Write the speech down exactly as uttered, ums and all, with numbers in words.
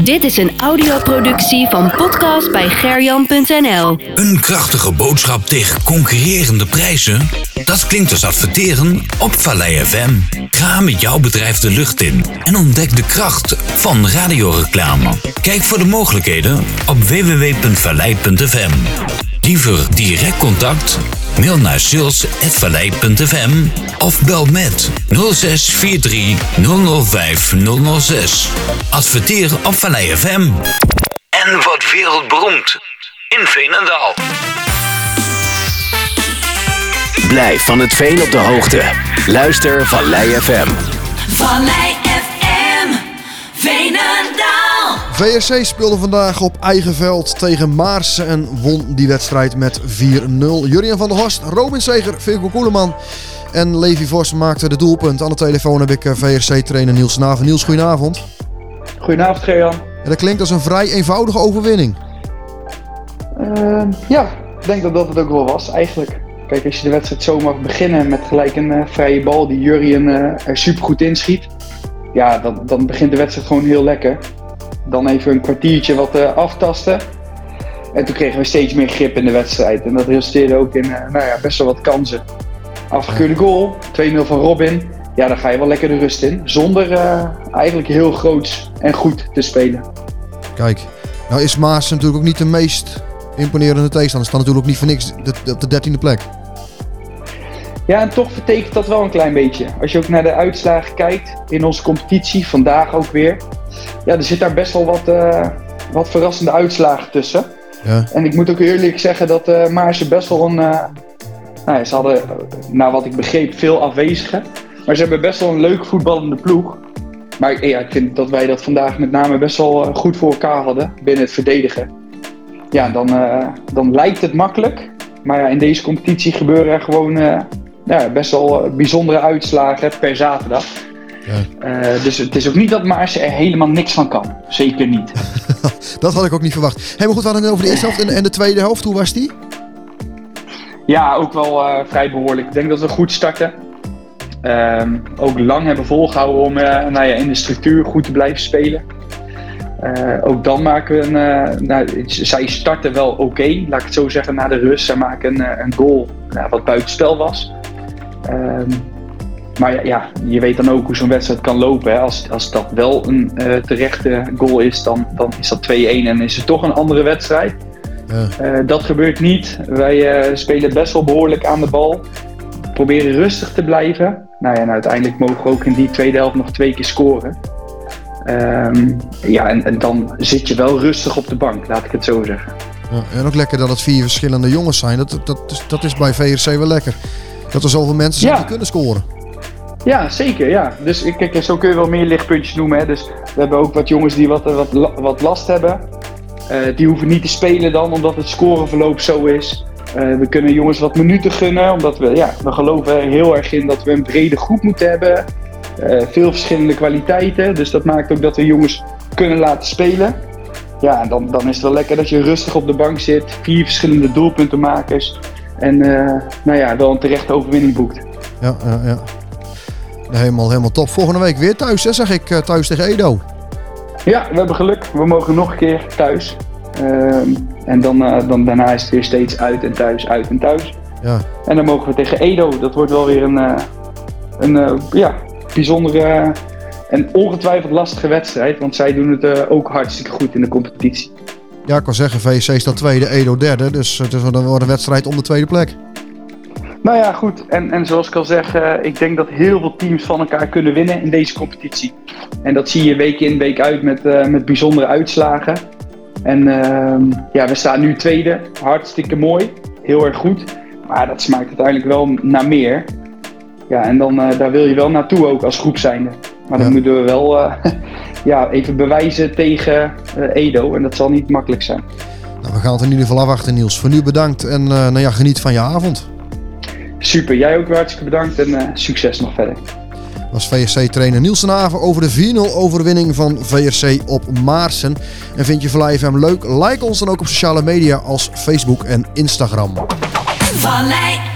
Dit is een audioproductie van podcast bij gerjan punt n l. Een krachtige boodschap tegen concurrerende prijzen? Dat klinkt als adverteren op Vallei F M. Ga met jouw bedrijf de lucht in en ontdek de kracht van radioreclame. Kijk voor de mogelijkheden op w w w punt vallei punt f m. Liever direct contact? Mail naar sales at vallei punt f m of bel met nul zes vier drie nul nul vijf nul nul zes. Adverteer op Vallei F M. En wat wereldberoemd in Veenendaal. Blijf van het veen op de hoogte. Luister Vallei F M. Vallei F M, Veenendaal. V S C speelde vandaag op eigen veld tegen Maarsen en won die wedstrijd met vier nul. Jurjen van der Horst, Robin Seger, Vilko Koeleman en Levi Vos maakten de doelpunt. Aan de telefoon heb ik V S C-trainer Niels Snaven. Niels, goedenavond. Goedenavond, Gerjan. En dat klinkt als een vrij eenvoudige overwinning. Uh, ja, ik denk dat dat het ook wel was eigenlijk. Kijk, als je de wedstrijd zo mag beginnen met gelijk een uh, vrije bal die Jurjen uh, er supergoed inschiet. Ja, dan, dan begint de wedstrijd gewoon heel lekker. Dan even een kwartiertje wat uh, aftasten. En toen kregen we steeds meer grip in de wedstrijd. En dat resulteerde ook in uh, nou ja, best wel wat kansen. Afgekeurde goal, twee nul van Robin. Ja, dan ga je wel lekker de rust in. Zonder uh, eigenlijk heel groots en goed te spelen. Kijk, nou is Maas natuurlijk ook niet de meest imponerende tegenstander. Staat natuurlijk ook niet voor niks op de dertiende plek. Ja, en toch vertekent dat wel een klein beetje. Als je ook naar de uitslagen kijkt in onze competitie, vandaag ook weer. Ja, er zit daar best wel wat, uh, wat verrassende uitslagen tussen. Ja. En ik moet ook eerlijk zeggen dat uh, Maarsen best wel een... Uh, nou ja, ze hadden, naar wat ik begreep, veel afwezigen. Maar ze hebben best wel een leuk voetballende ploeg. Maar ja, ik vind dat wij dat vandaag met name best wel uh, goed voor elkaar hadden binnen het verdedigen. Ja, dan, uh, dan lijkt het makkelijk. Maar ja, in deze competitie gebeuren er gewoon uh, ja, best wel uh, bijzondere uitslagen per zaterdag. Ja. Uh, dus het is ook niet dat Maarsen er helemaal niks van kan. Zeker niet. Dat had ik ook niet verwacht. Hey, maar goed, we hadden het over de eerste helft en, en de tweede helft. Hoe was die? Ja, ook wel uh, vrij behoorlijk. Ik denk dat we goed starten. Um, ook lang hebben volgehouden om uh, nou ja, in de structuur goed te blijven spelen. Uh, ook dan maken we een... Uh, nou, zij starten wel oké, okay, laat ik het zo zeggen, na de rust. Zij maken een, een goal nou, wat buitenspel was. Um, maar ja, je weet dan ook hoe zo'n wedstrijd kan lopen. Hè. Als, als dat wel een uh, terechte goal is, dan, dan is dat twee-een en is het toch een andere wedstrijd. Ja. Uh, dat gebeurt niet. Wij uh, spelen best wel behoorlijk aan de bal. Proberen rustig te blijven. Nou ja, en uiteindelijk mogen we ook in die tweede helft nog twee keer scoren. Um, ja, en, en dan zit je wel rustig op de bank, laat ik het zo zeggen. Ja, en ook lekker dat het vier verschillende jongens zijn. Dat, dat, is, dat is bij V S C wel lekker. Dat er zoveel mensen zijn ja. die kunnen scoren. Ja, zeker. Ja. Dus kijk, zo kun je wel meer lichtpuntjes noemen. Hè. Dus we hebben ook wat jongens die wat, wat, wat last hebben. Uh, die hoeven niet te spelen dan, omdat het scoreverloop zo is. Uh, we kunnen jongens wat minuten gunnen, omdat we, ja, we geloven er heel erg in dat we een brede groep moeten hebben. Uh, veel verschillende kwaliteiten, dus dat maakt ook dat we jongens kunnen laten spelen. Ja, en dan, dan is het wel lekker dat je rustig op de bank zit, vier verschillende doelpuntenmakers en uh, nou ja, wel een terechte overwinning boekt. Ja, ja, ja. Helemaal, helemaal top. Volgende week weer thuis, hè, zeg ik, uh, thuis tegen Edo. Ja, we hebben geluk. We mogen nog een keer thuis. Uh, en dan, uh, dan daarna is het weer steeds uit en thuis, uit en thuis. Ja. En dan mogen we tegen Edo. Dat wordt wel weer een, uh, een uh, ja, bijzondere uh, en ongetwijfeld lastige wedstrijd. Want zij doen het uh, ook hartstikke goed in de competitie. Ja, ik kan zeggen, V S C staat tweede, Edo derde. Dus het is dan wordt een wedstrijd om de tweede plek. Nou ja, goed. En, en zoals ik al zeg, uh, ik denk dat heel veel teams van elkaar kunnen winnen in deze competitie. En dat zie je week in, week uit met, uh, met bijzondere uitslagen. En uh, ja, we staan nu tweede. Hartstikke mooi. Heel erg goed. Maar dat smaakt uiteindelijk wel naar meer. Ja, en dan uh, daar wil je wel naartoe ook als groep zijnde. Maar dan ja. moeten we wel uh, ja, even bewijzen tegen uh, Edo. En dat zal niet makkelijk zijn. Nou, we gaan het in ieder geval afwachten, Niels. Voor nu bedankt en uh, nou ja, geniet van je avond. Super, jij ook weer hartstikke bedankt en uh, succes nog verder. Was V S C-trainer Niels Snaven over de vier nul overwinning van V S C op Maarsen. En vind je Vallei F M leuk? Like ons dan ook op sociale media als Facebook en Instagram. Vallei